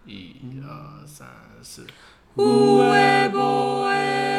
1、2、3、4。 有的无的。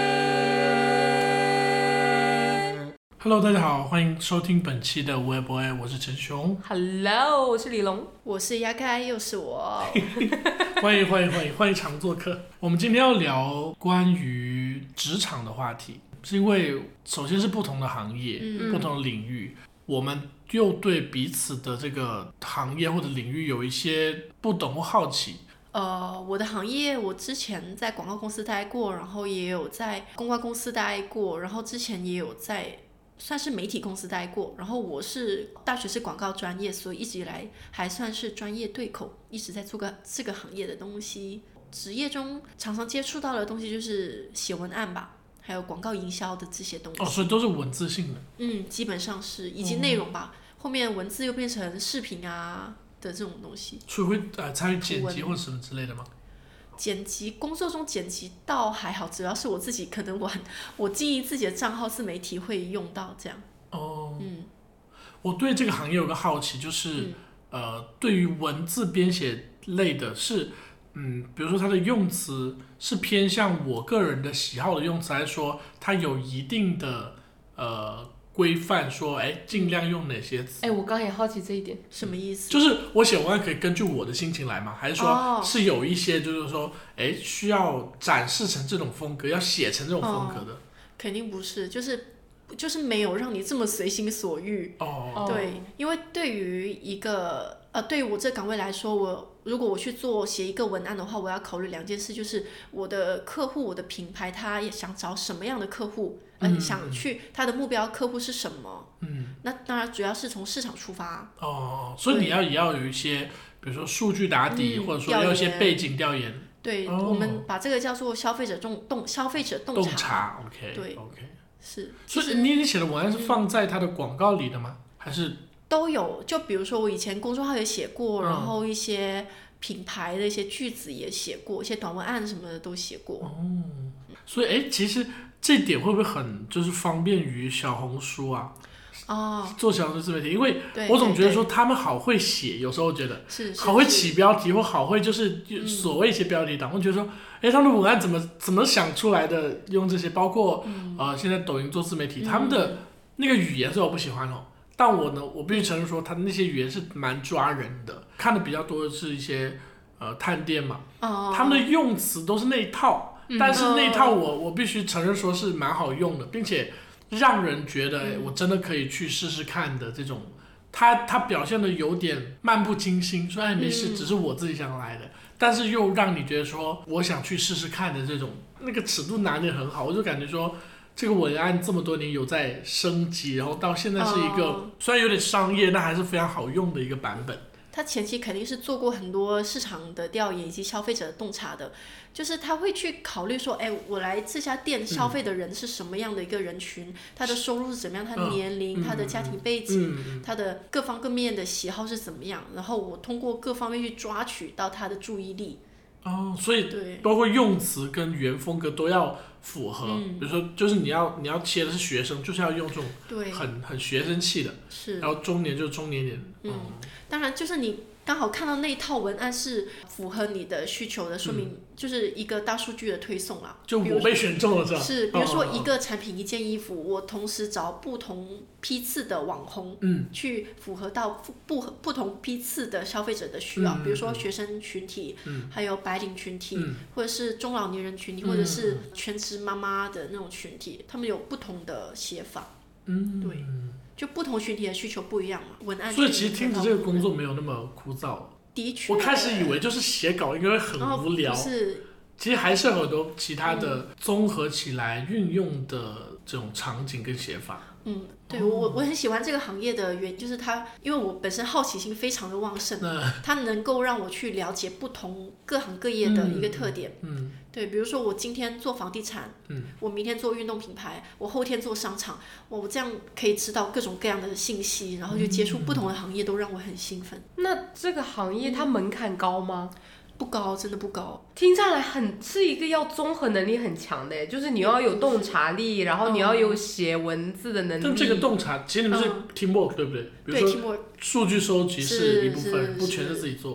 Hello， 大家好，欢迎收听本期的无为不为，我是陈雄。 Hello， 我是李龙， 我是亚开，又是我。 欢迎常做客。我们今天要聊关于职场的话题，是因为首先是不同的行业、不同的领域，我们又对彼此的这个行业或者领域有一些不懂或好奇。 我的行业，我之前在广告公司待过，然后也有在公关公司待过，然后之前也有在算是媒体公司待过，然后我是大学是广告专业，所以一直以来还算是专业对口，一直在做这个行业的东西。职业中常常接触到的东西就是写文案吧，还有广告营销的这些东西。 所以都是文字性的。 基本上是，以及内容吧，后面文字又变成视频啊的这种东西。 所以会参与剪辑或者什么之类的吗？ 剪辑工作中剪辑倒还好，主要是我自己可能我经营自己的账号自媒体会用到这样。 我对这个行业有个好奇，就是对于文字编写类的是，比如说它的用词是偏向我个人的喜好的用词，还是说它有一定的规范，说尽量用哪些词？ 我刚也好奇这一点， 什么意思？ 就是我写文案可以根据我的心情来吗？还是说是有一些就是说，需要展示成这种风格，要写成这种风格的？ 肯定不是，就是没有让你这么随心所欲。对，因为对于一个对于我这岗位来说，如果我去写一个文案的话，我要考虑两件事，就是我的客户、我的品牌，他也想找什么样的客户，想去他的目标客户是什么。那当然主要是从市场出发。 所以你也要有一些，比如说数据打底，或者说要有一些背景调研。 对，我们把这个叫做消费者洞察。 OK， 对 ，OK， 是。 所以你写的文案是放在他的广告里的吗？还是？ 都有，就比如说我以前公众号也写过，然后一些品牌的一些句子也写过，一些短文案什么的都写过。 所以其实这点会不会很就是方便于小红书啊？做小红书自媒体，因为我总觉得说他们好会写，有时候觉得好会起标题，或好会就是所谓一些标题党，我觉得说，他们的文案怎么想出来的？用这些，包括现在抖音做自媒体，他们的那个语言是我不喜欢哦。但我必须承认说，他的那些语言是蛮抓人的。看的比较多的是一些探店嘛，他们的用词都是那一套，但是那一套我必须承认说是蛮好用的，并且让人觉得我真的可以去试试看的这种。他表现的有点漫不经心，说没事，只是我自己想来的，但是又让你觉得说我想去试试看的这种，那个尺度拿捏很好，我就感觉说。这个文案这么多年有在升级，然后到现在是一个虽然有点商业，但还是非常好用的一个版本。 他前期肯定是做过很多市场的调研以及消费者的洞察的，就是他会去考虑说，我来这家店消费的人是什么样的一个人群，他的收入是怎么样，他的年龄，他的家庭背景，他的各方各面的喜好是怎么样，然后我通过各方面去抓取到他的注意力。 所以包括用词跟语言风格都要符合，比如说就是你要切的是学生，就是要用这种很学生气的， 是， 然后中年就是中年点， 当然就是你刚好看到那一套文案是符合你的需求的，说明就是一个大数据的推送啦。 就我被选中了，是吧？ 是，比如说一个产品一件衣服，我同时找不同批次的网红，去符合到不同批次的消费者的需要，比如说学生群体，还有白领群体，或者是中老年人群体，或者是全职妈妈的那种群体，他们有不同的写法。对。就不同群体的需求不一样嘛，文案。 所以其实听着这个工作没有那么枯燥。 的确。 我开始以为就是写稿应该会很无聊，其实还是有很多其他的综合起来运用的这种场景跟写法。 对，我很喜欢这个行业的原因就是它，因为我本身好奇心非常的旺盛，它能够让我去了解不同各行各业的一个特点。对，比如说我今天做房地产，我明天做运动品牌，我后天做商场，我这样可以知道各种各样的信息，然后去接触不同的行业，都让我很兴奋。 那这个行业它门槛高吗？ 不高，真的不高。 听下来是一个要综合能力很强的，就是你要有洞察力，然后你要有写文字的能力。 但这个洞察，其实你们是 teamwork，对不对？比如说数据收集是一部分，不全是自己做。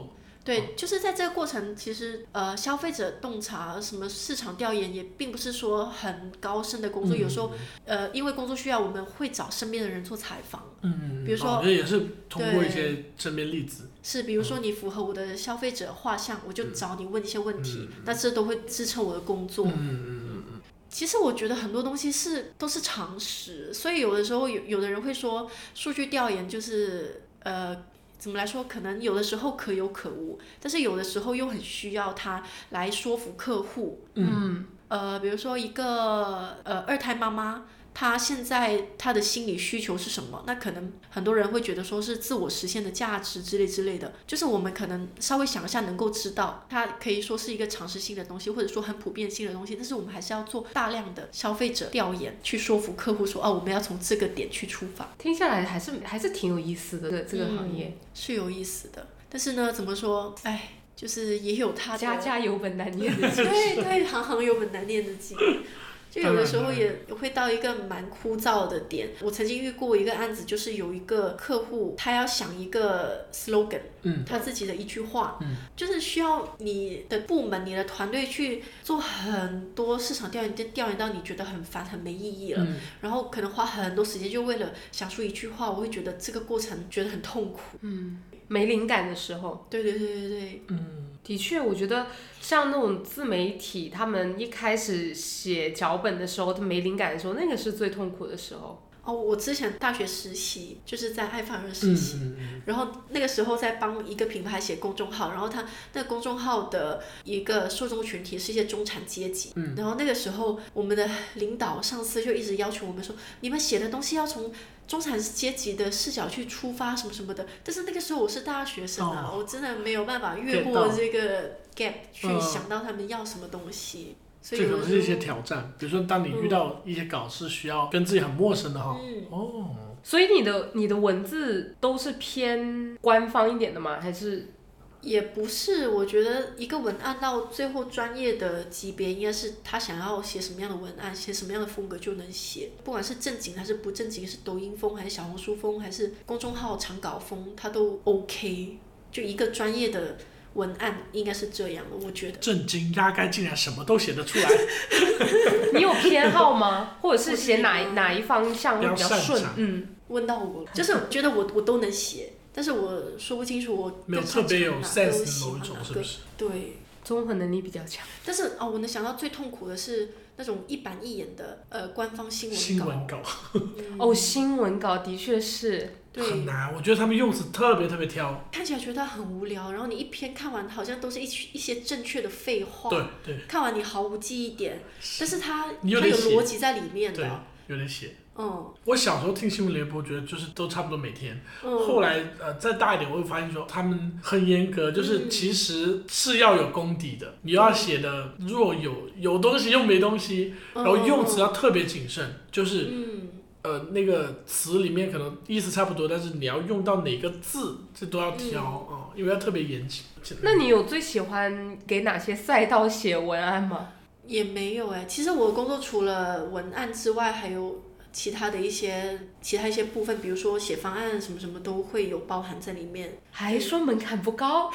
对，就是在这个过程，其实消费者洞察、什么市场调研也并不是说很高深的工作，有时候因为工作需要，我们会找身边的人做采访。比如说， 也是通过一些身边例子。 是，比如说你符合我的消费者画像，我就找你问一些问题，那这都会支撑我的工作。其实我觉得很多东西都是常识，所以有的时候有的人会说数据调研就是怎么来说，可能有的时候可有可无，但是有的时候又很需要它来说服客户。比如说一个二胎妈妈。他现在他的心理需求是什么？那可能很多人会觉得说是自我实现的价值之类的，就是我们可能稍微想一下能够知道，它可以说是一个常识性的东西，或者说很普遍性的东西，但是我们还是要做大量的消费者调研，去说服客户说，我们要从这个点去出发。 听下来还是挺有意思的，这个行业是有意思的，但是呢，怎么说？就是也有它的家有本难念的经。 对，行有本难念的经。就有的时候也会到一个蛮枯燥的点。我曾经遇过一个案子，就是有一个客户，他要想一个 slogan，他自己的一句话，就是需要你的部门、你的团队去做很多市场调研，调研到你觉得很烦、很没意义了，然后可能花很多时间，就为了想出一句话，我会觉得这个过程觉得很痛苦。 没灵感的时候。 对。 的确，我觉得像那种自媒体，他们一开始写脚本的时候，他没灵感的时候，那个是最痛苦的时候。 我之前大学实习就是在爱范儿实习，然后那个时候在帮一个品牌写公众号，然后他那个公众号的一个受众群体是一些中产阶级，然后那个时候我们的领导上司就一直要求我们说，你们写的东西要从中产阶级的视角去出发什么什么的，但是那个时候我是大学生啊，我真的没有办法越过这个 gap 去想到他们要什么东西。 这可能是一些挑战，比如说当你遇到一些稿是需要跟自己很陌生的哈， 所以你的文字都是偏官方一点的吗？还是？ 也不是，我觉得一个文案到最后专业的级别，应该是他想要写什么样的文案，写什么样的风格就能写，不管是正经还是不正经，是抖音风还是小红书风，还是公众号长稿风，它都 OK。就一个专业的文案应该是这样的，我觉得。 正经压根竟然什么都写得出来。 你有偏好吗？或者是写哪一方向会比较顺？ 问到我，就是觉得我都能写。但是我说不清楚我没有特别有 sense 的某一种，是不是？ 对， 综合能力比较强。 但是我能想到最痛苦的是那种一板一眼的官方新闻稿。 新闻稿，新闻稿的确是很难，我觉得他们用词特别挑， 看起来觉得很无聊，然后你一篇看完好像都是一些正确的废话， 对， 看完你毫无记忆点，但是它有逻辑在里面的， 对，有点写。我小时候听新闻联播，觉得就是都差不多每天。后来再大一点，我会发现说他们很严格，就是其实是要有功底的，你要写的若有东西又没东西，然后用词要特别谨慎，就是那个词里面可能意思差不多，但是你要用到哪个字，这都要挑因为要特别严谨。 那你有最喜欢给哪些赛道写文案吗？ 也没有其实我的工作除了文案之外，还有其他一些部分，比如说写方案什么什么都会有包含在里面。 还说门槛不高？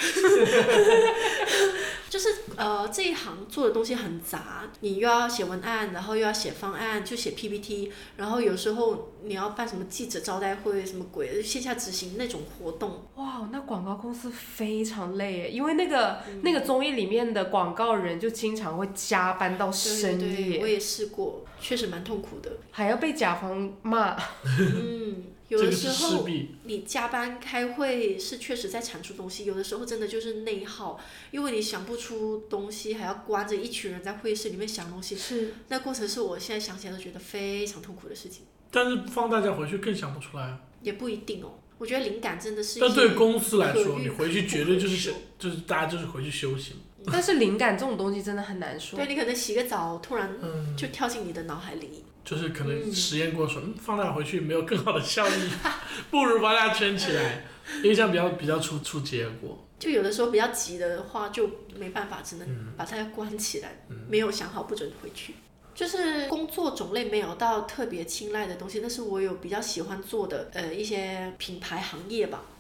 就是这一行做的东西很杂，你又要写文案，然后又要写方案，就写 PPT， 然后有时候你要办什么记者招待会什么鬼，线下执行那种活动。 哇，那广告公司非常累耶，因为那个综艺里面的广告人就经常会加班到深夜。 对，我也试过，确实蛮痛苦的， 还要被甲方骂。 有的时候你加班开会是确实在产出东西，有的时候真的就是内耗，因为你想不出东西，还要关着一群人在会议室里面想东西，那过程是我现在想起来都觉得非常痛苦的事情。 但是放大假回去更想不出来也不一定我觉得灵感真的是。 但对公司来说，你回去绝对就是大家就是回去休息。 但是灵感这种东西真的很难说。 对，你可能洗个澡，突然就跳进你的脑海里。 就是可能实验过说，放假回去没有更好的效益，不如把它圈起来，因为这样比较出结果。 就有的时候比较急的话，就没办法，只能把它关起来，没有想好不准回去。就是工作种类没有到特别青睐的东西，但是我有比较喜欢做的一些品牌行业吧。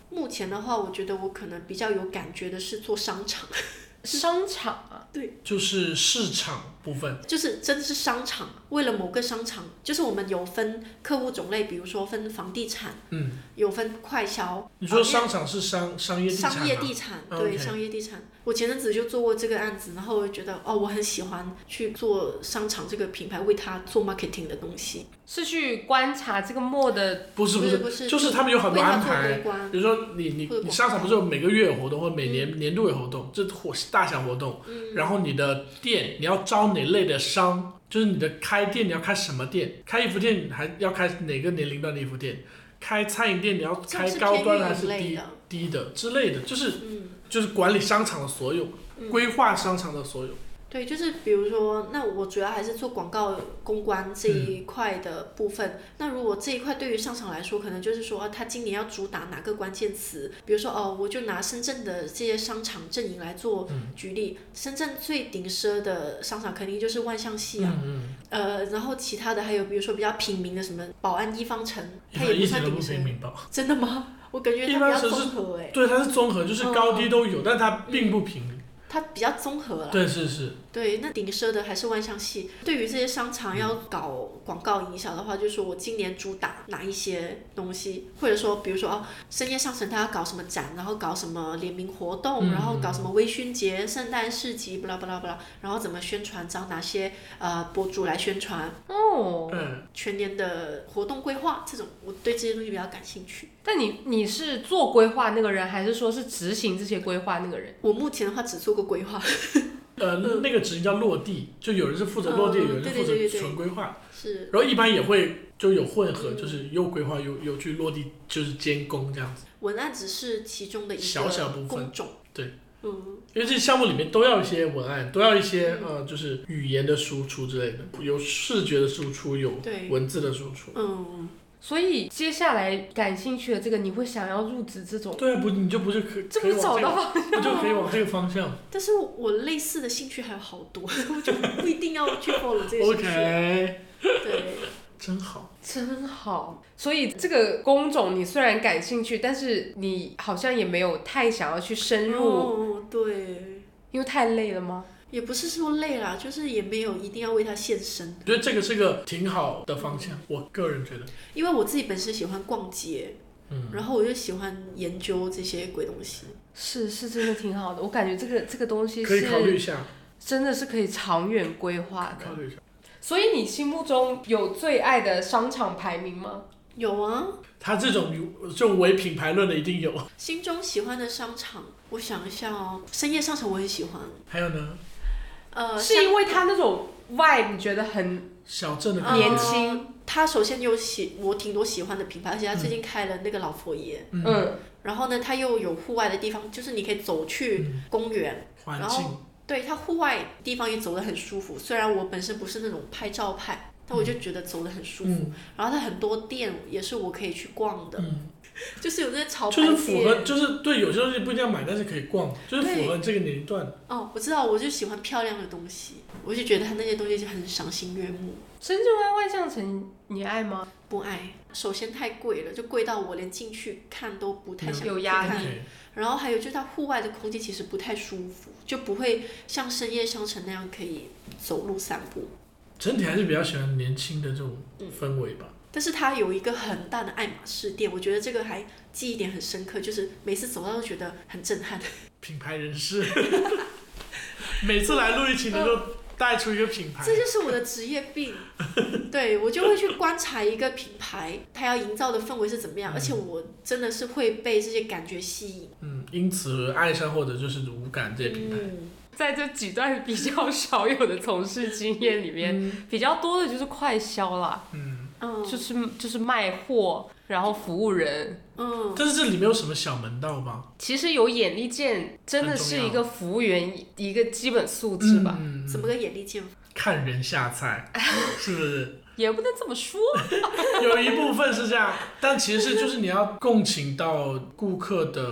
目前的话，我觉得我可能比较有感觉的是做商场。 商场啊， 对， 就是市场部分， 就是真的是商场，为了某个商场，就是我们有分客户种类，比如说分房地产，有分快销。 你说商场是商业地产吗？ 商业地产，对，商业地产。我前阵子就做过这个案子，然后我觉得我很喜欢去做商场这个品牌，为它做 marketing 的东西。 是去观察这个墨的？ 不是， 就是他们有很多安排，比如说你商场不是有每个月有活动，或者每年度有活动，这大小活动，然后你的店你要招哪类的商，就是你的开店你要开什么店，开衣服店还要开哪个年龄段的衣服店，开餐饮店你要开高端还是低的之类的，就是管理商场的所有，规划商场的所有。 对，就是比如说，那我主要还是做广告公关这一块的部分。那如果这一块对于商场来说，可能就是说，他今年要主打哪个关键词？比如说，我就拿深圳的这些商场阵营来做举例。深圳最顶奢的商场肯定就是万象系啊。然后其他的还有比如说比较平民的什么宝安一方城，它也不算顶奢。真的吗？我感觉它比较综合对，它是综合，就是高低都有，但它并不平民。 它比较综合了。 对，是。 对，那顶奢的还是万象系。对于这些商场要搞广告营销的话，就是说我今年主打哪一些东西，或者说比如说深夜上城它要搞什么展，然后搞什么联名活动，然后搞什么微醺节、圣诞市集，不啦不啦不啦，然后怎么宣传，找哪些博主来宣传。全年的活动规划这种，我对这些东西比较感兴趣。 但你是做规划那个人，还是说是执行这些规划那个人？ 我目前的话只做过规划。 那个职业叫落地，就有人是负责落地，有人是负责纯规划。 是。 然后一般也会就有混合，就是又规划又去落地，就是监工这样子。 文案只是其中的一个小部分工种。 对。因为这些项目里面都要一些文案，都要一些就是语言的输出之类的，有视觉的输出，有文字的输出。 所以接下来感兴趣的这个，你会想要入职这种？ 对啊，你就不是这不找到方向， 不就可以往这个方向？ 但是我类似的兴趣还有好多，我就不一定要去 follow 这个兴趣。 OK。 对。 真好， 真好。所以这个工种你虽然感兴趣，但是你好像也没有太想要去深入。 对。 因为太累了吗？ 也不是说累啦，就是也没有一定要为它献身。 我觉得这个是个挺好的方向，我个人觉得。 因为我自己本身喜欢逛街，然后我就喜欢研究这些鬼东西。 是真的挺好的，我感觉这个东西是可以考虑一下， 真的是可以长远规划的。 考虑一下。 所以你心目中有最爱的商场排名吗？ 有啊。 他这种唯品牌论的一定有。 心中喜欢的商场，我想一下深夜商场我很喜欢。 还有呢？ 是因为他那种 vibe 你觉得很小镇的年轻。 他首先我挺多喜欢的品牌，而且他最近开了那个老佛爷。然后呢，他又有户外的地方，就是你可以走去公园，然后对他户外地方也走得很舒服。虽然我本身不是那种拍照派，但我就觉得走得很舒服。然后他很多店也是我可以去逛的。就是有那些潮牌店， 就是符合，就是对有些东西不一定要买，但是可以逛，就是符合这个年龄段。 我知道，我就喜欢漂亮的东西，我就觉得他那些东西就很赏心悦目。 深圳湾万象城你爱吗？ 不爱，首先太贵了，就贵到我连进去看都不太想有压力。 然后还有就是它户外的空气其实不太舒服，就不会像深夜商城那样可以走路散步。 整体还是比较喜欢年轻的这种氛围吧。 但是它有一个很大的爱马仕店，我觉得这个还记忆点很深刻，就是每次走到都觉得很震撼。 品牌人士，每次来录一期能够带出一个品牌， 这就是我的职业病。对，我就会去观察一个品牌，它要营造的氛围是怎么样，而且我真的是会被这些感觉吸引。 因此爱上或者就是无感这些品牌。 在这几段比较少有的从事经验里面，比较多的就是快销啦。就是卖货，然后服务人。 但是这里面有什么小门道吗？ 其实有眼力见，真的是一个服务员一个基本素质吧。 怎么个眼力见？ 看人下菜，是不是？ 也不能这么说。有一部分是这样，但其实就是你要共情到顾客的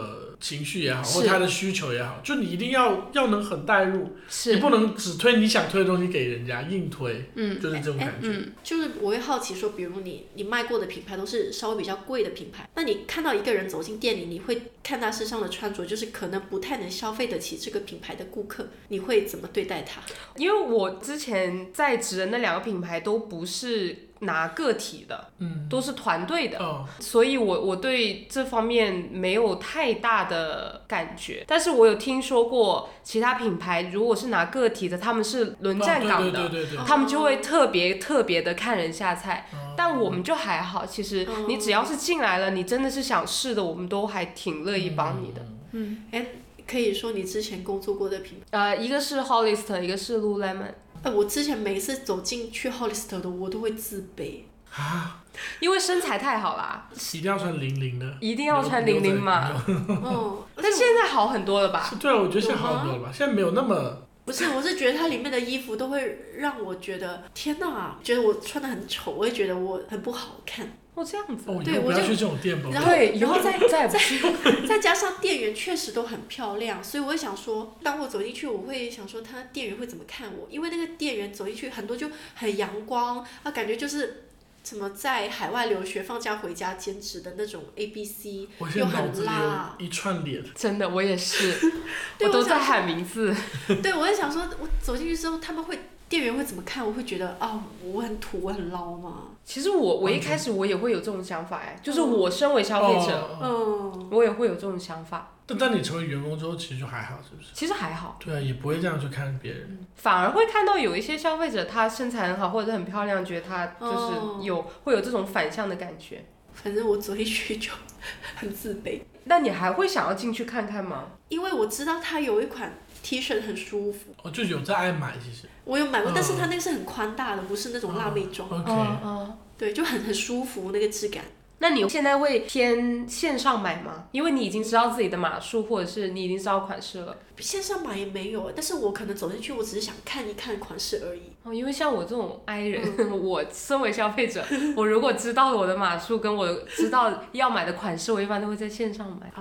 情绪也好，或他的需求也好，就你一定要能很带入，你不能只推你想推的东西给人家硬推，就是这种感觉。 就是我会好奇说，比如你卖过的品牌都是稍微比较贵的品牌，那你看到一个人走进店里，你会看他身上的穿着，就是可能不太能消费得起这个品牌的顾客，你会怎么对待他？ 因为我之前在职的那2个品牌都不是拿个体的，都是团队的，所以我对这方面没有太大的感觉。但是我有听说过其他品牌，如果是拿个体的，他们是轮站岗的，他们就会特别的看人下菜。但我们就还好，其实你只要是进来了，你真的是想试的，我们都还挺乐意帮你的。 可以说你之前工作过的品牌， 一个是 Hollister， 一个是 Lululemon。 我之前每次走进去 Hollister 的，我都会自卑啊， 因为身材太好啦， 一定要穿00的， 一定要穿00嘛。但现在好很多了吧？ 对啊，我觉得现在好很多了吧，现在没有那么。 不是，我是觉得它里面的衣服都会让我觉得天哪，觉得我穿得很丑，我会觉得我很不好看。 这样子。 对，我就不要去这种店吧。 然后再加上店员确实都很漂亮，所以我会想说，当我走进去，我会想说，他店员会怎么看我？因为那个店员走进去很多就很阳光，感觉就是什么在海外留学放假回家兼职的那种 ABC， 又很辣， 一串脸。 真的，我也是，我都在喊名字。 对，我在想说，我走进去之后，店员会怎么看？我会觉得我很土，我很捞吗？ 其实我一开始我也会有这种想法就是我身为消费者，我也会有这种想法。 但你成为员工之后，其实就还好，是不是？ 其实还好。 对啊，也不会这样去看别人。 反而会看到有一些消费者，他身材很好，或者很漂亮，觉得他就是会有这种反向的感觉。 反正我走进去就很自卑。 那你还会想要进去看看吗？ 因为我知道他有一款 T 恤很舒服。 就有在爱买，其实。 我有买过，但是它那个是很宽大的，不是那种辣妹装。对，就很舒服那个质感。 那你现在会偏线上买吗？因为你已经知道自己的码数，或者是你已经知道款式了。 线上买也没有，但是我可能走进去，我只是想看一看款式而已。 因为像我这种 I 人，我身为消费者，我如果知道了我的码数，跟我知道要买的款式，我一般都会在线上买。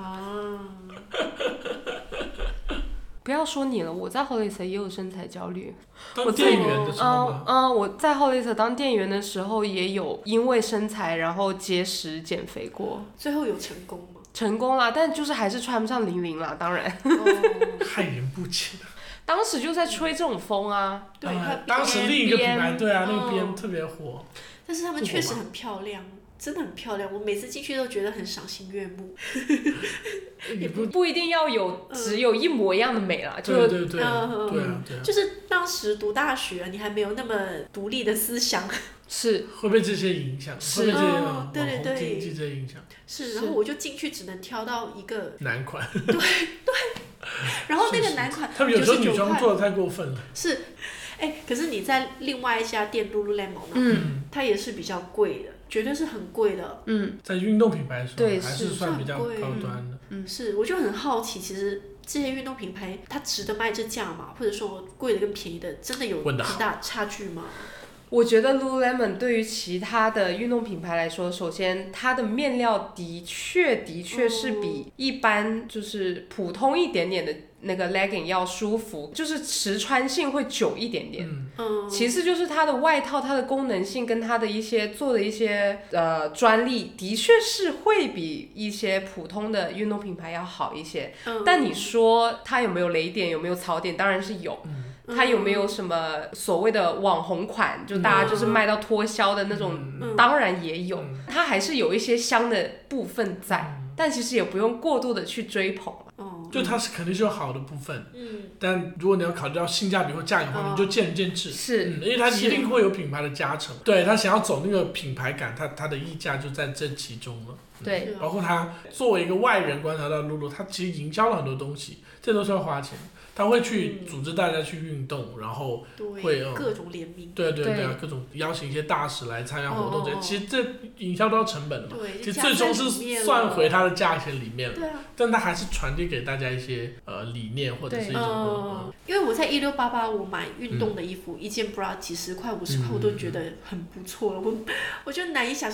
不要说你了，我在 Hollister 也有身材焦虑。 当店员的时候吗？ 我在 Hollister 当店员的时候也有因为身材然后节食减肥过。 最后有成功吗？ 成功啦，但就是还是穿不上00啦，当然。 害人不浅。 当时就在吹这种风啊。 对， 当时另一个品牌，对啊，那个边特别火。 但是他们确实很漂亮。真的很漂亮，我每次进去都觉得很赏心悦目。 也不一定要只有一模一样的美啦， 对， 就是当时读大学，你还没有那么独立的思想， 是会被这些影响，会被这些网红经济这些影响。 是，然后我就进去只能挑到一个男款。 对，然后那个男款， 他们有时候女装做的太过分了。 是，可是你在另外一家店 Lululemon 它也是比较贵的。绝对是很贵的。 在运动品牌上还是算比较高端的。 是，我就很好奇，其实这些运动品牌它值得卖这价吗？或者说贵的跟便宜的真的有很大差距吗？ 我觉得 Lululemon 对于其他的运动品牌来说，首先它的面料的确是比一般就是普通一点点的那个 legging 要舒服，就是持穿性会久一点点。其次就是它的外套，它的功能性跟它的一些做的一些专利，的确是会比一些普通的运动品牌要好一些。但你说它有没有雷点，有没有槽点？当然是有。它有没有什么所谓的网红款，就大家就是卖到脱销的那种，当然也有。它还是有一些香的部分在，但其实也不用过度的去追捧。 就它是肯定是有好的部分，但如果你要考虑到性价比或价格方面，就见仁见智。 是， 因为它一定会有品牌的加成，对他想要走那个品牌感，它的溢价就在这其中了。 对， 包括他作为一个外人观察到露露，他其实营销了很多东西，这都是要花钱的。他会去组织大家去运动，然后会各种联名， 对啊，各种邀请一些大使来参加活动，其实这营销都要成本的嘛，其实最终是算回它的价钱里面了。但它还是传递给大家一些理念或者是一种因为我在1688我买运动的衣服，一件 bra 几十块50块我都觉得很不错了，我就难以想象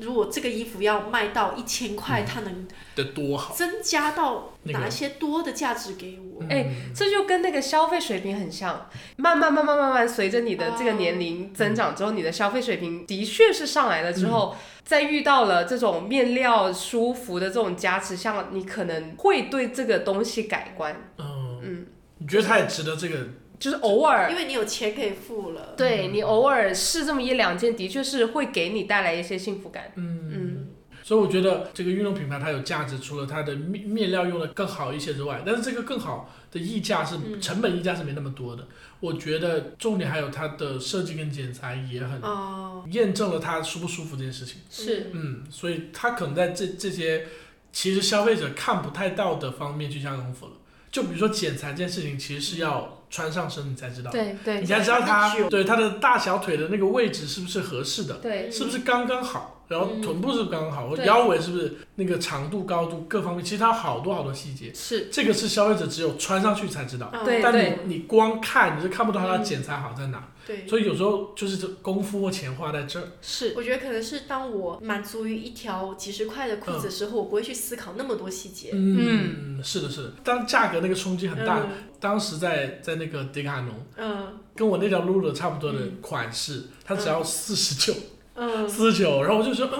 如果这个衣服要卖到1000块，它能的多好， 增加到哪一些多的价值给我？ 这就跟那个消费水平很像，慢慢随着你的这个年龄增长之后，你的消费水平的确是上来了之后，再遇到了这种面料舒服的这种加持下，你可能会对这个东西改观。 你觉得它也值得这个？ 就是偶尔， 因为你有钱可以付了， 对你偶尔试这么1-2件，的确是会给你带来一些幸福感。 所以我觉得这个运动品牌它有价值，除了它的面料用的更好一些之外，但是这个更好的溢价是成本溢价是没那么多的。我觉得重点还有它的设计跟剪裁也很验证了它舒不舒服这件事情。 是， 所以它可能在这些其实消费者看不太到的方面去下功夫了。就比如说剪裁这件事情，其实是要穿上身你才知道， 对， 你才知道它对它的大小腿的那个位置是不是合适的， 对， 是不是刚刚好，然后臀部是不是刚刚好，或腰围是不是那个长度、高度各方面，其实它有好多细节， 是这个是消费者只有穿上去才知道，但你光看你是看不到它的剪裁好在哪。 对， 所以有时候就是这功夫或钱花在这儿。 是，我觉得可能是当我满足于一条几十块的裤子的时候，我不会去思考那么多细节。 是的。当价格那个冲击很大，当时在那个迪卡侬，跟我那条露露差不多的款式，它只要49。49，然后我就说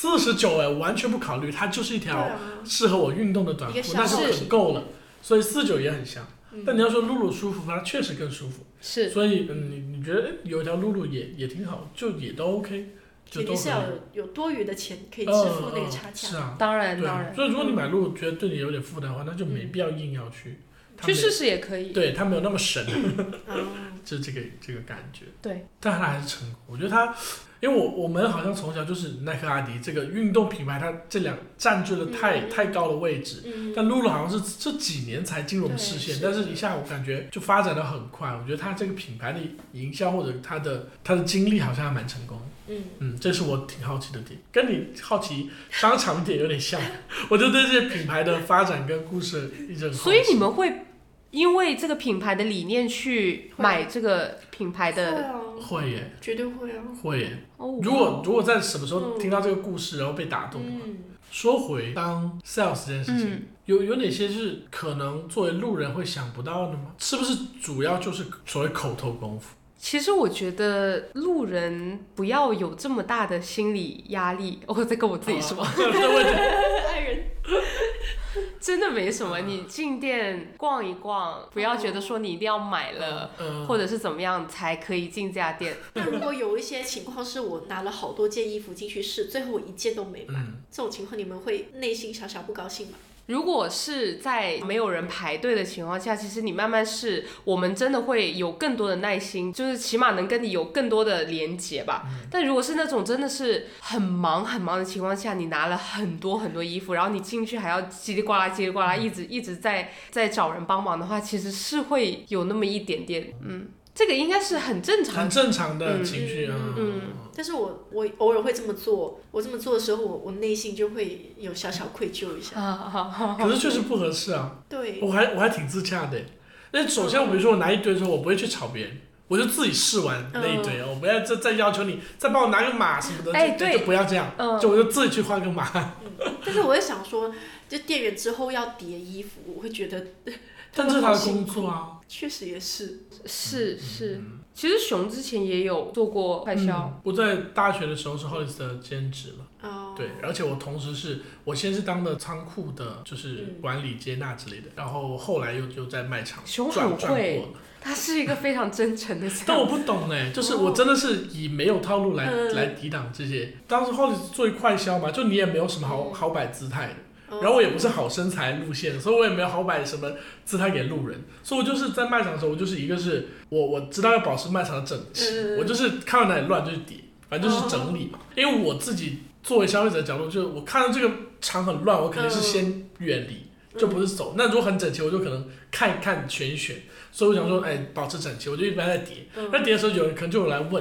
49完全不考虑，它就是一条适合我运动的短裤，那就很够了。所以49也很香。但你要说露露舒服，它确实更舒服。 是， 所以你觉得有一条露露也挺好，就也都 OK， 就都可以。 是要有多余的钱可以支付那个差价。 是啊， 当然。 所以如果你买露露觉得对你有点负担的话，那就没必要硬要去。 去试试也可以。 对，它没有那么神，就这个感觉。 对， 但它还是成功。我觉得它。因为我们好像从小就是耐克、阿迪这个运动品牌，它这两占据了太高的位置。但露露好像是这几年才进入我们视线，但是一下我感觉就发展的很快。我觉得它这个品牌的营销或者它的经历好像还蛮成功。这是我挺好奇的点，跟你好奇商场点有点像。我就对这些品牌的发展跟故事一直很好奇。 所以你们会因为这个品牌的理念去买这个品牌的？ 会耶， 绝对会啊， 会耶。如果在什么时候听到这个故事，然后被打动的话，说回当 sales 这件事情，有哪些是可能作为路人会想不到的吗？是不是主要就是所谓口头功夫？ 其实我觉得路人不要有这么大的心理压力。我在跟我自己说， 爱人。 真的没什么，你进店逛一逛，不要觉得说你一定要买了，或者是怎么样才可以进这家店。 那如果有一些情况是我拿了好多件衣服进去试，最后我一件都没买，这种情况你们会内心小小不高兴吗？ 如果是在没有人排队的情况下，其实你慢慢试，我们真的会有更多的耐心，就是起码能跟你有更多的连结吧。但如果是那种真的是很忙的情况下，你拿了很多衣服，然后你进去还要叽里呱啦一直在找人帮忙的话，其实是会有那么一点点，这个应该是很正常的情绪啊。 但是我偶尔会这么做，我这么做的时候，我内心就会有小小愧疚一下。 可是确实不合适啊。 对。 我还挺自洽的。那首先，比如说我拿一堆的时候，我不会去吵别人，我就自己试完那一堆，我不要再要求你再帮我拿个码什么的，就不要这样，就我就自己去换个码。 但是我会想说，就店员之后要叠衣服，我会觉得。 但这是他的工作啊。 确实也是。 是。其实熊之前也有做过快销。 我在大学的时候是 Hollister 的兼职嘛。对，而且我同时我先是当的仓库的，就是管理接纳之类的，然后后来又在卖场转过的。 他是一个非常真诚的。 但我不懂就是我真的是以没有套路来抵挡这些。当时 Hollister 做快销嘛，就你也没有什么好摆姿态的。然后我也不是好身材路线，所以我也没有好摆什么姿态给路人，所以我就是在卖场的时候，我就是一个是我知道要保持卖场的整齐，我就是看到哪里乱就去叠，反正就是整理嘛。因为我自己作为消费者的角度，就是我看到这个场很乱，我肯定是先远离，就不是走。那如果很整齐，我就可能看一看选一选。所以我想说，保持整齐，我就一般在叠。那叠的时候，有人可能就有来问，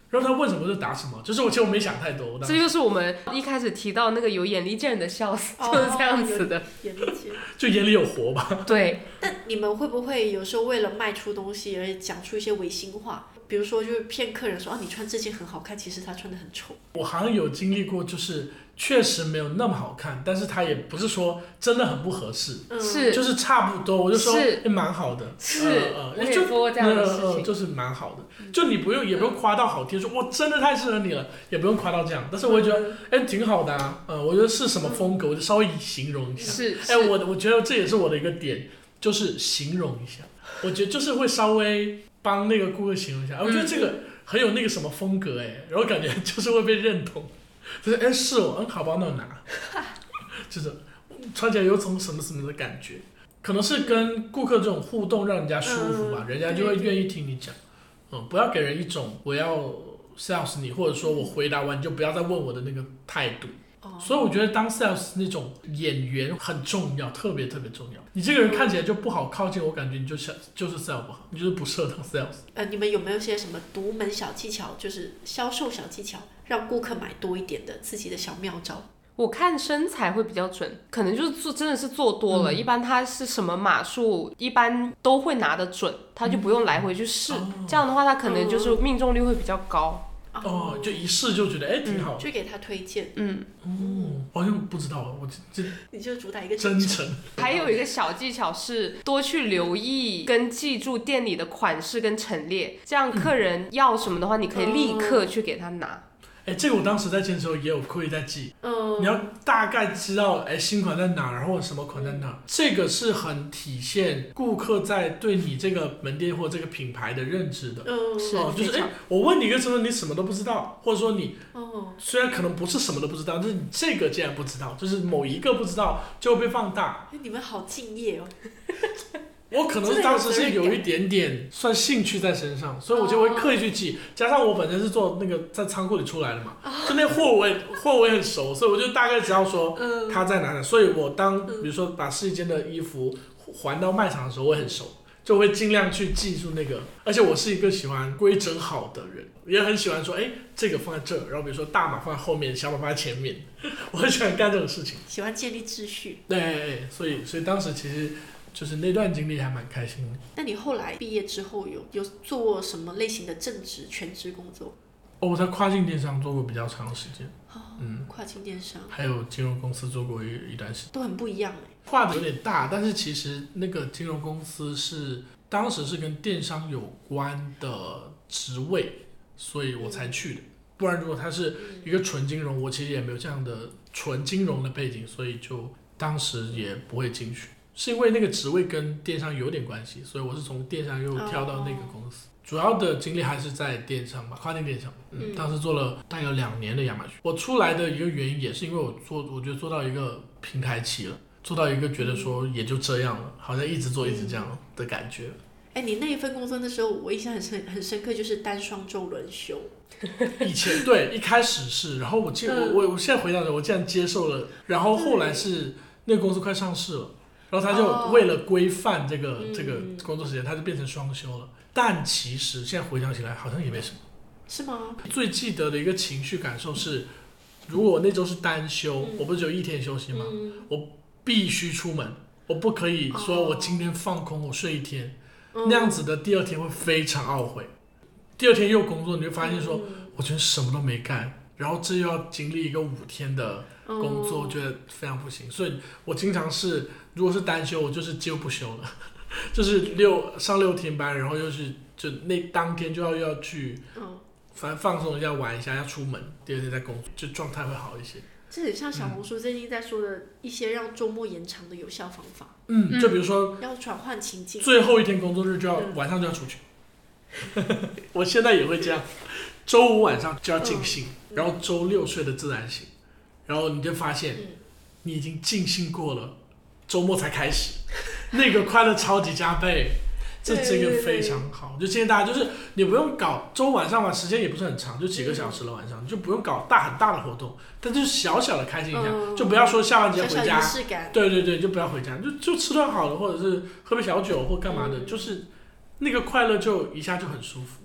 然后他问什么就答什么，就是其实我没想太多。 这就是我们一开始提到那个有眼力见人的笑死，就是这样子的。 眼力见人， 就眼里有活吧。 对。 但你们会不会有时候为了卖出东西而讲出一些违心话？比如说，就是骗客人说你穿这件很好看，其实他穿的很丑。 我好像有经历过，就是确实没有那么好看，但是他也不是说真的很不合适， 是就是差不多，我就说蛮好的， 就做这样的事情， 就是蛮好的，就你不用也不用夸到好听，说我真的太适合你了，也不用夸到这样，但是我会觉得挺好的啊，我觉得是什么风格，我就稍微形容一下，我觉得这也是我的一个点，就是形容一下，我觉得就是会稍微帮那个顾客形容一下，我觉得这个很有那个什么风格然后感觉就是会被认同，就是是我好吧，那我拿，就是穿起来有种什么什么的感觉，可能是跟顾客这种互动让人家舒服吧，人家就会愿意听你讲，不要给人一种我要 sales 你，或者说我回答完你就不要再问我的那个态度。所以我觉得当 sales 那种演员很重要，特别特别重要。你这个人看起来就不好靠近，我感觉你就是 sales 不好，你就是不适合当 sales。 你们有没有些什么独门小技巧，就是销售小技巧，让顾客买多一点的自己的小妙招？ 我看身材会比较准，可能就是真的是做多了，一般他是什么码数，一般都会拿得准，他就不用来回去试，这样的话他可能就是命中率会比较高。 就一试就觉得挺好的， 就给他推荐。 好像不知道， 你就主打一个真诚。 还有一个小技巧是多去留意跟记住店里的款式跟陈列，这样客人要什么的话，你可以立刻去给他拿。 这个我当时在见的时候也有刻意在记，你要大概知道新款在哪，然后什么款在哪，这个是很体现顾客在对你这个门店或这个品牌的认知的。就是我问你一个什么，你什么都不知道，或者说你虽然可能不是什么都不知道，但是你这个竟然不知道，就是某一个不知道就会被放大。 你们好敬业哦。 我可能当时是有一点点算兴趣在身上，所以我就会刻意去记，加上我本身是做那个在仓库里出来的嘛，就那货我也很熟，所以我就大概知道说它在哪里，所以我比如说把试衣间的衣服还到卖场的时候，我也很熟，就会尽量去记住那个，而且我是一个喜欢规整好的人，也很喜欢说这个放在这，然后比如说大码放在后面，小码放在前面，我很喜欢干这种事情， 喜欢建立秩序。 对，所以当时其实就是那段经历还蛮开心的。 那你后来毕业之后有做过什么类型的正职全职工作？ 我在跨境电商做过比较长时间。 跨境电商还有金融公司做过一段时间， 都很不一样跨的有点大，但是其实那个金融公司是当时是跟电商有关的职位，所以我才去的。不然如果它是一个纯金融，我其实也没有这样的纯金融的背景，所以就当时也不会进去。是因为那个职位跟电商有点关系，所以我是从电商又跳到那个公司。主要的经历还是在电商吧，跨境电商。当时做了大概有2年的亚马逊。我出来的一个原因也是因为我觉得做到一个平台期了，做到一个觉得说也就这样了，好像一直做一直这样的感觉。 你那一份工作的时候，我印象很深刻，就是单双周轮休。 以前对，一开始是，然后我现在回想着，我竟然接受了，然后后来是那个公司快上市了。然后他就为了规范这个工作时间，他就变成双休了。但其实现在回想起来，好像也没什么。 是吗？ 最记得的一个情绪感受是，如果我那周是单休，我不是只有1天休息吗？我必须出门，我不可以说我今天放空，我睡1天，那样子的第2天会非常懊悔。第2天又工作，你就发现说，我觉得什么都没干，然后这又要经历一个5天的工作，我觉得非常不行。所以我经常是，如果是单休，我就是几乎不休了，就是上6天班，然后就那当天就要去，反正放松一下，玩一下，要出门，第2天再工作，就状态会好一些。 这很像小红书最近在说的一些让周末延长的有效方法。 就比如说要转换情境， 最后1天工作日晚上就要出去。我现在也会这样，周5晚上就要尽兴，然后周6睡得自然醒，然后你就发现你已经尽兴过了，周末才开始，那个快乐超级加倍。这个非常好，就建议大家就是你不用搞周晚上嘛，时间也不是很长，就几个小时了晚上，就不用搞很大的活动，但就是小小的开心一下，就不要说下完节回家，对，就不要回家，就吃顿好的，或者是喝杯小酒或干嘛的，就是那个快乐就一下就很舒服。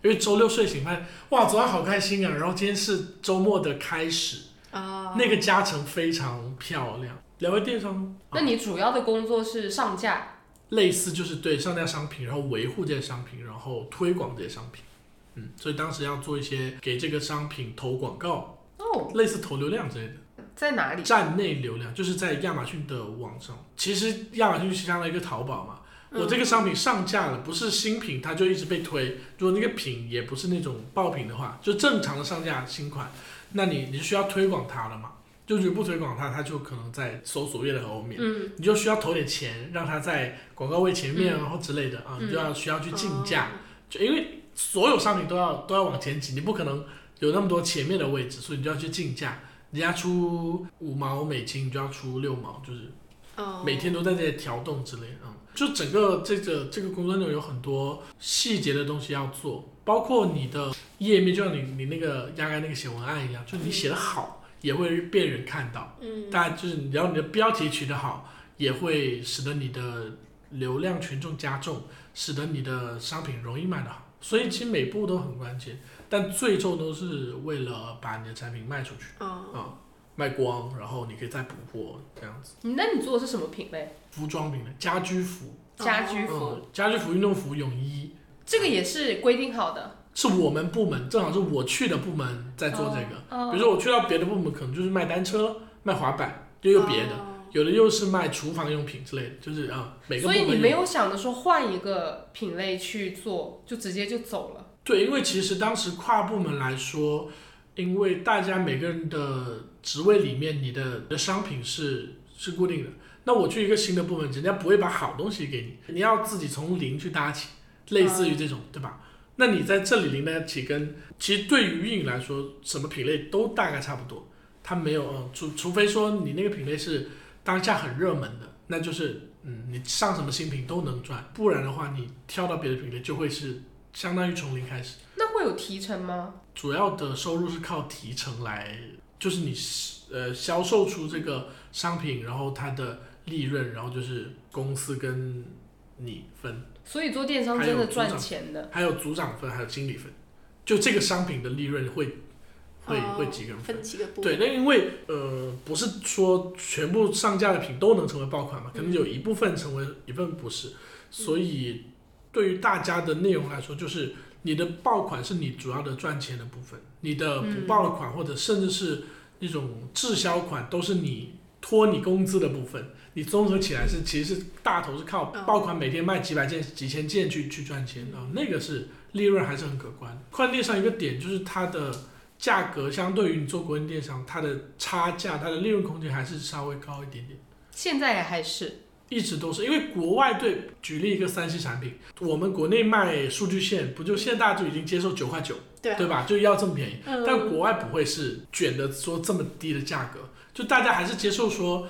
因为周六睡醒发现哇，昨晚好开心啊，然后今天是周末的开始，那个加成非常漂亮。聊回电商， 那你主要的工作是上架？ 类似就是对上架商品，然后维护这些商品，然后推广这些商品。所以当时要做一些给这个商品投广告，类似投流量之类的。 在哪里？ 站内流量，就是在亚马逊的网上。其实亚马逊是相当于一个淘宝嘛，我这个商品上架了，不是新品，它就一直被推。如果那个品也不是那种爆品的话，就正常的上架新款，那你需要推广它了嘛？就如果不推广它，它就可能在搜索页的后面，你就需要投点钱，让它在广告位前面然后之类的啊，你就需要去竞价，就因为所有商品都要往前挤，你不可能有那么多前面的位置，所以你就要去竞价。人家出5毛美金，你就要出6毛，就是每天都在这里调动之类的。就整个这个工作内容有很多细节的东西要做，包括你的页面，就像你那个压盖那个写文案一样，就你写的好也会被人看到。大概就是然后你的标题取得好，也会使得你的流量群众加重，使得你的商品容易卖得好。所以其实每步都很关键，但最终都是为了把你的产品卖出去，卖光，然后你可以再补货这样子。 那你做的是什么品类？ 服装品类，家居服。 家居服， 家居服、运动服、泳衣， 这个也是规定好的。 是我们部门，正好是我去的部门在做这个。比如说我去到别的部门，可能就是卖单车、卖滑板，就有别的。有的又是卖厨房用品之类的，就是每个部门。 所以你没有想着说换一个品类去做，就直接就走了？ 对，因为其实当时跨部门来说，因为大家每个人的职位里面，你的商品是固定的。那我去一个新的部门，人家不会把好东西给你，你要自己从零去搭起，类似于这种，对吧？那你在这里零在一起，其实对于运营来说，什么品类都大概差不多。它没有除非说你那个品类是当下很热门的，那就是你上什么新品都能赚，不然的话你跳到别的品类就会是相当于从零开始。 那会有提成吗？ 主要的收入是靠提成来，就是你销售出这个商品，然后它的利润，然后就是公司跟你分。 所以做电商真的赚钱的。 还有组长分，还有经理分，就这个商品的利润会几个人分几个部分。 对，那因为不是说全部上架的品都能成为爆款嘛，可能有一部分成为，一部分不是，所以对于大家的内容来说，就是你的爆款是你主要的赚钱的部分，你的不爆款或者甚至是那种滞销款都是你拖你工资的部分，你综合起来其实是大头是靠爆款每天卖几百件、几千件去赚钱的，那个是利润还是很可观。快电商一个点就是它的价格相对于你做国内电商，它的差价、它的利润空间还是稍微高一点点。 现在还是？ 一直都是，因为国外举例一个3C 产品，我们国内卖数据线，不就现在大家就已经接受9.9块，对吧？就要这么便宜，但国外不会是卷的说这么低的价格，就大家还是接受说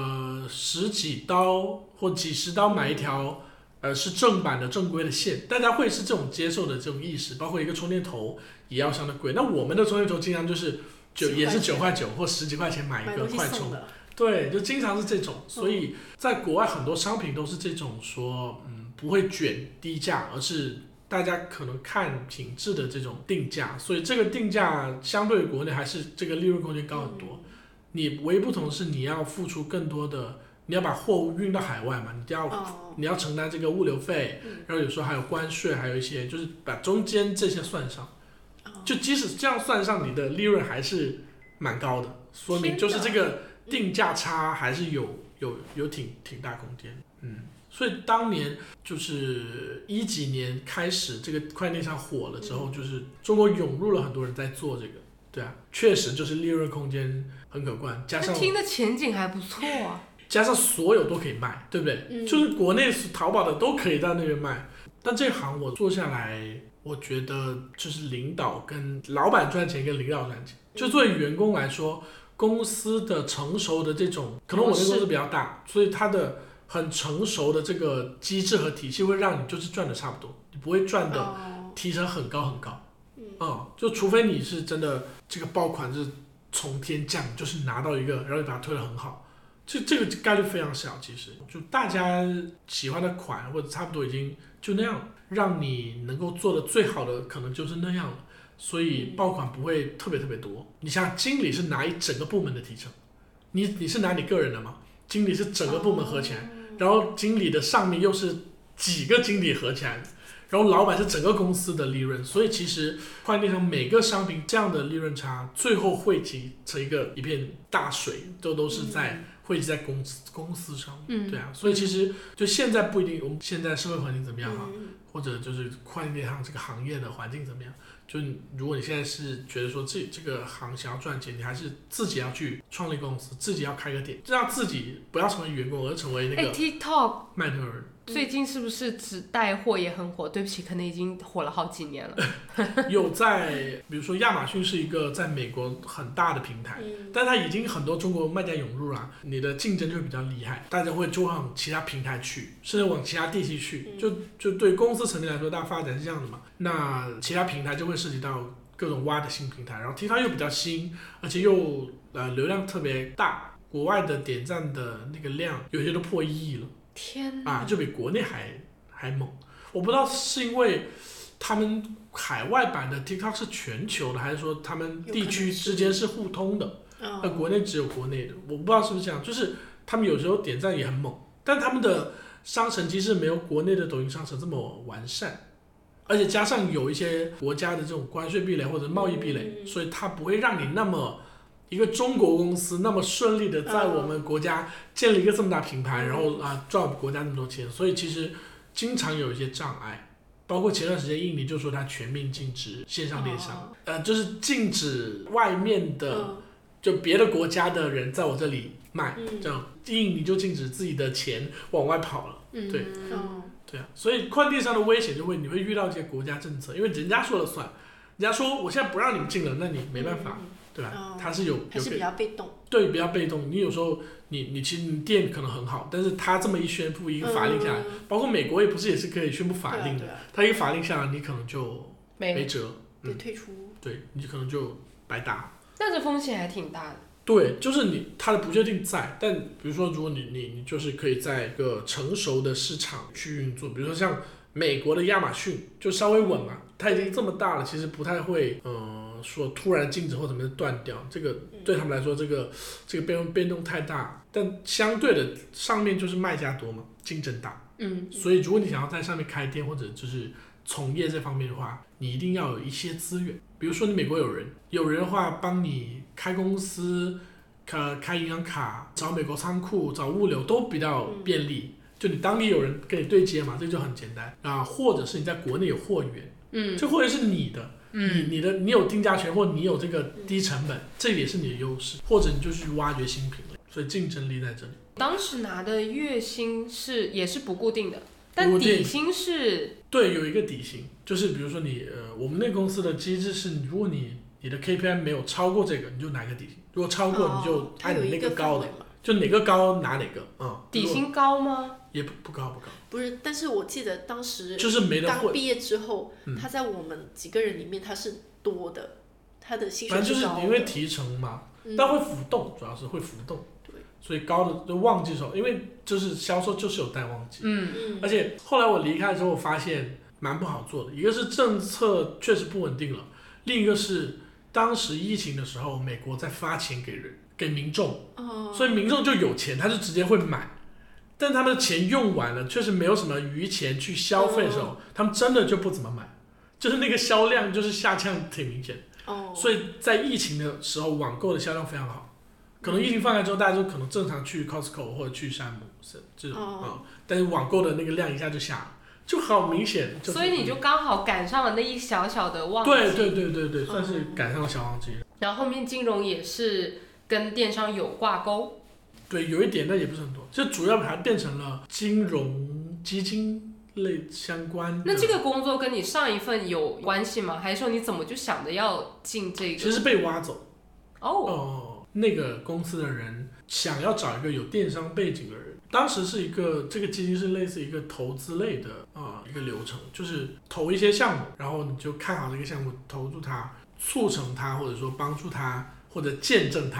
，10几刀或几十刀买一条，是正版的正规的线，大家会是这种接受的这种意识，包括一个充电头也要相对贵。那我们的充电头经常就是也是9.9块或10几块钱买一个快充。对，就经常是这种，所以在国外很多商品都是这种说，不会卷低价，而是大家可能看品质的这种定价，所以这个定价相对于国内还是这个利润空间高很多。你唯一不同的是你要付出更多的，你要把货物运到海外嘛，你要承担这个物流费，然后有时候还有关税，还有一些就是把中间这些算上，就即使这样算上，你的利润还是蛮高的，说明就是这个定价差还是有挺大空间。所以当年就是10几年开始这个快电商火了之后，就是中国涌入了很多人在做这个。对啊，确实就是利润空间很可观，加上听的前景还不错啊， 加上所有都可以卖，对不对？就是国内淘宝的都可以在那边卖。但这行我做下来，我觉得就是领导跟老板赚钱跟领导赚钱，就作为员工来说，公司的成熟的这种，可能我那个公司比较大，所以它的很成熟的这个机制和体系会让你就是赚的差不多，你不会赚的提成很高很高。就除非你是真的这个爆款是从天降，就是拿到一个，然后你把它推得很好， 这个概率非常小，其实就大家喜欢的款或者差不多已经就那样了，让你能够做的最好的可能就是那样了，所以爆款不会特别特别多。你像经理是拿一整个部门的提成，你是拿你个人的吗？经理是整个部门合起来，然后经理的上面又是几个经理合起来，然后老板是整个公司的利润，所以其实跨境电商每个商品这样的利润差，最后汇集成一片大水，都是在汇集在公司上，对啊，所以其实就现在不一定，我们现在社会环境怎么样哈，或者就是跨境电商这个行业的环境怎么样，就如果你现在是觉得说这个行想要赚钱，你还是自己要去创立公司，自己要开个店，让自己不要成为员工，而成为那个 TikTok 卖特人。 最近是不是只带货也很火？对不起，可能已经火了好几年了。 有在，比如说亚马逊是一个在美国很大的平台，但它已经很多中国卖家涌入了，你的竞争就会比较厉害，大家会往其他平台去，甚至往其他地区去。就对公司层面来说，大家发展是这样的嘛。那其他平台就会涉及到各种挖的新平台，然后 TikTok 又比较新，而且又流量特别大，国外的点赞的那个量有些都破1亿了。 天啊，就比国内还猛。我不知道是因为他们海外版的 TikTok 是全球的，还是说他们地区之间是互通的？那国内只有国内的，我不知道是不是这样。就是他们有时候点赞也很猛，但他们的商城机制没有国内的抖音商城这么完善，而且加上有一些国家的这种关税壁垒或者贸易壁垒，所以它不会让你那么。一个中国公司那么顺利的在我们国家建立一个这么大品牌，然后赚我们国家那么多钱，所以其实经常有一些障碍，包括前段时间印尼就说它全面禁止线上电商，就是禁止外面的就别的国家的人在我这里卖，这样印尼就禁止自己的钱往外跑了，对，对啊，所以跨境电商的危险就会你会遇到一些国家政策，因为人家说了算，人家说我现在不让你们进了，那你没办法。对吧？它是还是比较被动。 对，比较被动。你有时候你其实你店可能很好，但是他这么一宣布一个法令下来，包括美国也不是也是可以宣布法令的，他一个法令下来，你可能就没辙， 得退出。 对，你可能就白搭。 那这风险还挺大的。 对，就是它的不确定在，但比如说，如果你就是可以在一个成熟的市场去运作，比如说像美国的亚马逊就稍微稳嘛，它已经这么大了，其实不太会说突然禁止或怎么断掉，这个对他们来说，这个变动太大，但相对的上面就是卖家多嘛，竞争大，所以如果你想要在上面开店或者就是从业这方面的话，你一定要有一些资源，比如说你美国有人的话帮你开公司、开银行卡、找美国仓库、找物流都比较便利，就你当地有人跟你对接嘛，这就很简单啊，或者是你在国内有货源，这货源是你的。你有定价权，或你有这个低成本，这也是你的优势，或者你就去挖掘新品类，所以竞争力在这里。 当时拿的月薪也是不固定的，但底薪是？ 对，有一个底薪，就是比如说我们那公司的机制是，如果你的 KPI 没有超过这个，你就拿一个底薪；如果超过，你就按你那个高的，就哪个高拿哪个。 底薪高吗？ 也不高。 不是，但是我记得当时就是没得混。 刚毕业之后，他在我们几个人里面他是多的，他的薪水是高的。 反正就是因为提成嘛，但会浮动，主要是会浮动。对，所以高的就旺季的时候，因为就是销售就是有淡旺季。而且后来我离开之后，我发现蛮不好做的，一个是政策确实不稳定了，另一个是当时疫情的时候，美国在发钱给民众，所以民众就有钱，他就直接会买。但他们的钱用完了，确实没有什么余钱去消费的时候，他们真的就不怎么买，就是那个销量就是下降挺明显。所以在疫情的时候，网购的销量非常好。可能疫情放开之后，大家就可能正常去 Costco 或者去山姆这种但是网购的那个量一下就下了，就好明显。 所以你就刚好赶上了那一小小的旺季。 对，算是赶上了小旺季。 然后后面金融也是跟电商有挂钩。 对，有一点，但也不是很多，就主要把它变成了金融基金类相关的。 那这个工作跟你上一份有关系吗？还是说你怎么就想着要进这个？ 其实被挖走。 那个公司的人想要找一个有电商背景的人，当时是这个基金是类似一个投资类的一个流程，就是投一些项目，然后你就看好这个项目，投入它，促成它，或者说帮助它，或者见证它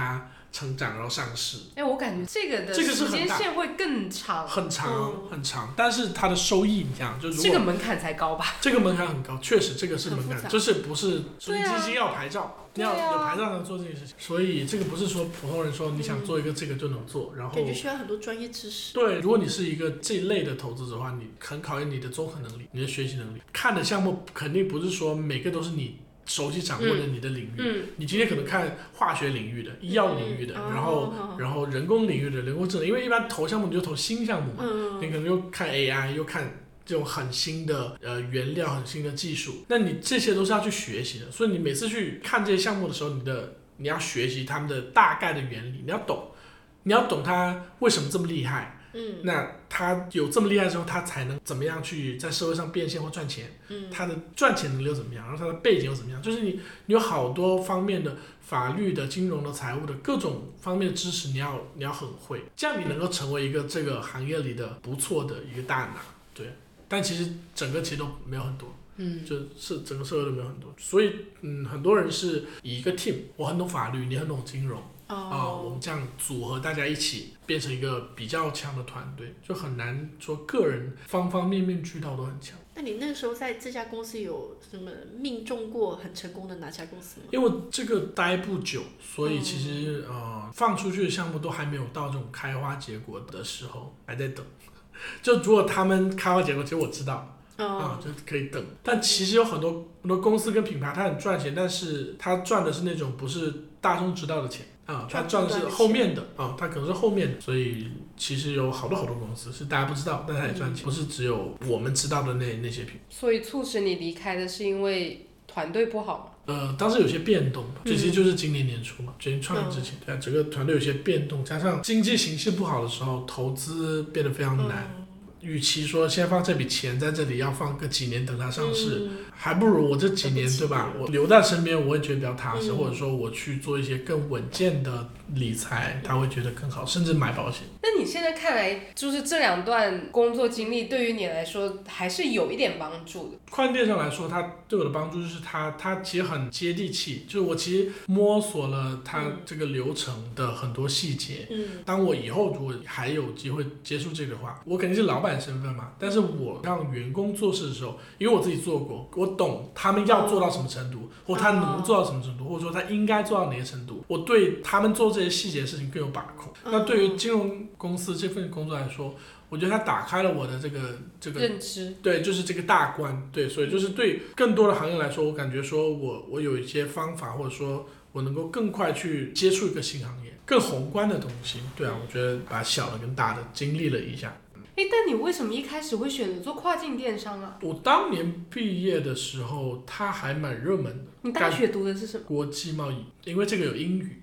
成长，然后上市。 我感觉这个的时间线会更长， 很长很长，但是它的收益，你想，就如果这个门槛才高吧？ 这个门槛很高，确实这个是门槛，就是不是基金要牌照，你要有牌照才能做这件事情，所以这个不是说普通人说你想做一个这个就能做，然后感觉需要很多专业知识。 对，如果你是一个这一类的投资者的话，你很考验你的综合能力，你的学习能力。看的项目肯定不是说每个都是你熟悉掌握的你的领域，你今天可能看化学领域的、医药领域的，然后人工领域的、人工智能，因为一般投项目你就投新项目嘛，你可能又看 AI， 又看这种很新的原料、很新的技术，那你这些都是要去学习的，所以你每次去看这些项目的时候，你要学习他们的大概的原理，你要懂它为什么这么厉害。那他有这么厉害之后，他才能怎么样去在社会上变现或赚钱？他的赚钱能力又怎么样？然后他的背景又怎么样？就是你有好多方面的法律的、金融的、财务的各种方面的知识，你要很会，这样你能够成为一个这个行业里的不错的一个大拿。对，但其实整个其实都没有很多。就是整个社会都没有很多，所以很多人是以一个 team， 我很懂法律，你很懂金融。我们这样组合大家一起变成一个比较强的团队，就很难说个人方方面面渠道都很强。 那你那个时候在这家公司有什么命中过很成功的哪家公司吗？ 因为我这个待不久，所以其实放出去的项目都还没有到这种开花结果的时候，还在等。就如果他们开花结果，其实我知道。就可以等，但其实有很多公司跟品牌，它很赚钱，但是它赚的是那种不是大众知道的钱它赚的是后面的它可能是后面的，所以其实有好多公司是大家不知道，但它也赚钱，不是只有我们知道的那些品。 所以促使你离开的是因为团队不好吗？当时有些变动，这其实就是今年年初嘛，决定创业之前，对整个团队有些变动，加上经济形势不好的时候，投资变得非常难。与其说先放这笔钱在这里，要放个几年等它上市，还不如我这几年对吧，我留在身边，我会觉得比较踏实，或者说我去做一些更稳健的理财，他会觉得更好，甚至买保险。 那你现在看来，就是这2段工作经历对于你来说还是有一点帮助的。 跨境电商来说，它对我的帮助就是它其实很接地气，就是我其实摸索了它这个流程的很多细节。当我以后如果还有机会接触这个的话，我肯定是老板身份嘛，但是我让员工做事的时候，因为我自己做过，我懂他们要做到什么程度，或他能做到什么程度，或者说他应该做到哪些程度，我对他们做这些细节的事情更有把控。那对于金融公司这份工作来说，我觉得它打开了我的这个认知， 对，就是这个大关，对，所以就是对更多的行业来说，我感觉说我有一些方法，或者说我能够更快去接触一个新行业，更宏观的东西。对啊，我觉得把小的跟大的经历了一下。 但你为什么一开始会选择做跨境电商啊？ 我当年毕业的时候，它还蛮热门的。 你大学读的是什么？ 国际贸易，因为这个有英语。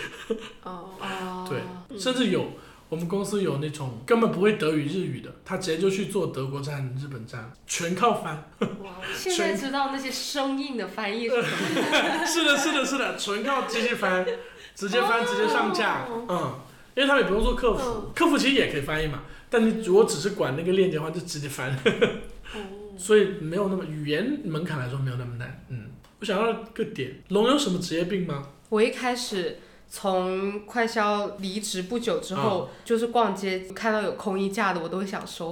对，甚至我们公司有那种根本不会德语日语的，他直接就去做德国站、日本站，全靠翻。 现在知道那些生硬的翻译是什么？ 是的，纯靠机器翻，直接翻，直接上架。因为他们也不用做客服，客服其实也可以翻译嘛，但你如果只是管那个链接的话，就直接翻。所以没有那么语言门槛来说没有那么难。我想到个点，龙有什么职业病吗？ 我一开始从快销离职不久之后，就是逛街看到有空衣架的，我都会想收。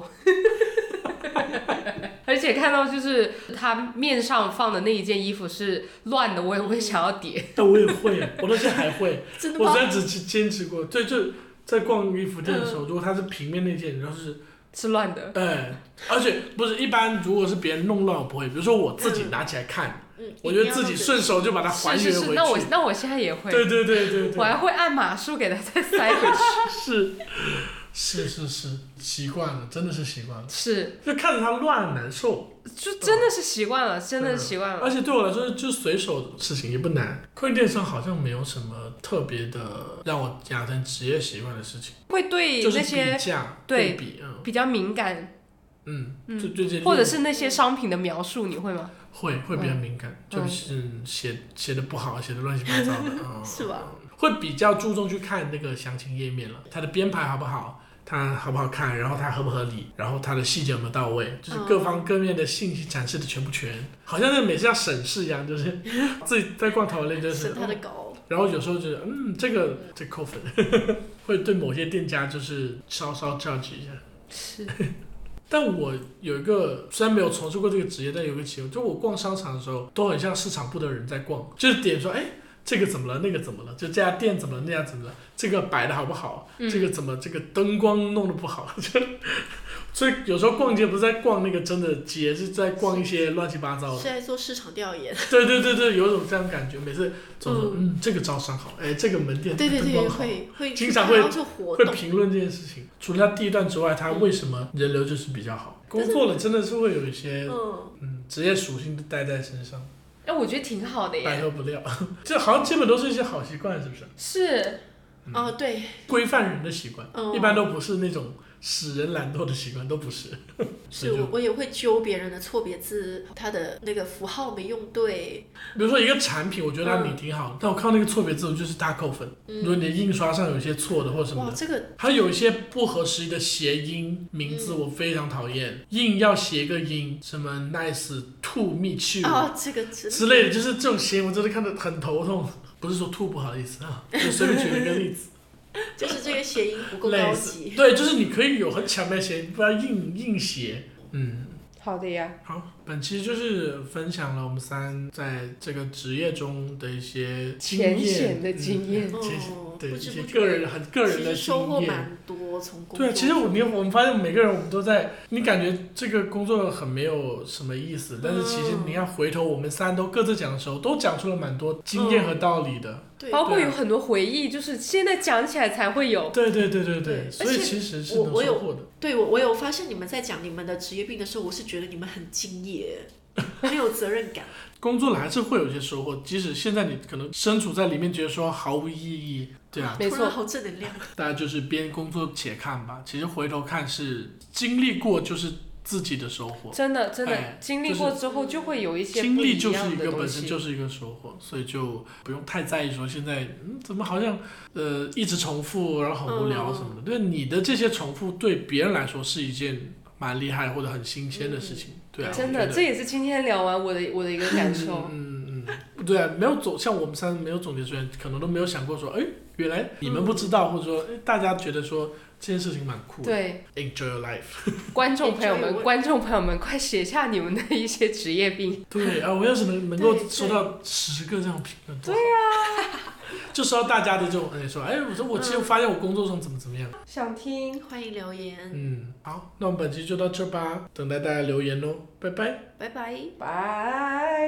而且看到就是他面上放的那一件衣服是乱的，我也会想要叠。 但我也会，我到现在还会。真的吗？我只坚持过，对，就在逛衣服店的时候，如果它是平面那件，然后是乱的。 而且不是一般，如果是别人弄乱，我不会。比如说我自己拿起来看，我觉得自己顺手就把它还原回去。 是，那我现在也会。 对。 我还会按码数给它再塞回去。 是，习惯了，真的是习惯了。 是， 就看着它乱难受。 就真的是习惯了，真的是习惯了。 而且对我来说，就随手的事情也不难。跨境电商好像没有什么特别的让我养成职业习惯的事情。 会对那些就是比价对比比较敏感。或者是那些商品的描述，你会吗？ 会比较敏感，就是写的不好，写的乱七八糟的。 是吧？ 会比较注重去看那个详情页面了，它的编排好不好，它好不好看，然后它合不合理，然后它的细节有没有到位，就是各方各面的信息展示的全不全，好像那每次要审视一样，就是自己在逛淘宝类就是审它的稿。 然后有时候觉得这个扣分，会对某些店家就是稍稍 judge 一下。 是。 但我有一个虽然没有从事过这个职业，但有一个奇闻，就我逛商场的时候，都很像市场部的人在逛，就是点说，这个怎么了，那个怎么了，就这家店怎么了，那家怎么了，这个摆的好不好，这个怎么这个灯光弄得不好，所以有时候逛街不是在逛那个真的街，是在逛一些乱七八糟的。 是在做市场调研。 对对对对，有种这样感觉，每次总说这个招商好，这个门店灯光好， 会经常会评论这件事情。除了他第一段之外，他为什么人流就是比较好？工作了真的是会有一些职业属性带在身上。 我觉得挺好的耶。 百合不料，这好像基本都是一些好习惯，是不是？ 是。 对。 规范人的习惯，一般都不是那种使人懒惰的习惯，都不是。 是我也会揪别人的错别字，他的那个符号没用对。 比如说一个产品，我觉得它挺好，但我看到那个错别字，我就是大扣分。如果你的印刷上有一些错的或者什么的， 这个还有一些不合时宜的谐音名字，我非常讨厌。硬要谐个音，什么 nice to meet you 这个之类的，就是这种谐音，我真的看得很头痛。不是说吐不好意思啊，就随便举了一个例子。 就是这个谐音不够高级。 对，就是你可以有很强的谐音，不要硬谐。 好的呀。 好，本期就是分享了我们3在这个职业中的一些浅显的经验。 对，一些个人的经验。 其实收获蛮多，从工作。 对，其实我们发现每个人我们都在，你感觉这个工作很没有什么意思，但是其实你看回头我们3都各自讲的时候，都讲出了蛮多经验和道理的。 包括有很多回忆，就是现在讲起来才会有。 对，所以其实是能收获的。 对，我有发现你们在讲你们的职业病的时候，我是觉得你们很敬业，很有责任感。 工作了还是会有一些收获，即使现在你可能身处在里面，觉得说毫无意义。对啊， 没错，好正能量。 大家就是边工作且看吧，其实回头看是经历过就是自己的收获。 真的，经历过之后就会有一些不一样的东西。 经历就是本身就是一个收获，所以就不用太在意说现在怎么好像一直重复，然后很无聊什么的。对，你的这些重复对别人来说是一件蛮厉害或者很新鲜的事情。对啊， 真的，这也是今天聊完我的一个感受。 对啊，没有像我们3没有总结出来，可能都没有想过说，原来你们不知道，或者说大家觉得说这件事情蛮酷的。 对 ，Enjoy your life。 观众朋友们，快写下你们的一些职业病。 对啊，我要是能够收到10个这样评论。对啊。就收到大家的这种说，我其实发现我工作上怎么样， 想听， 欢迎留言。 好，那我们本期就到这吧，等待大家留言咯，拜拜， 拜拜， 拜。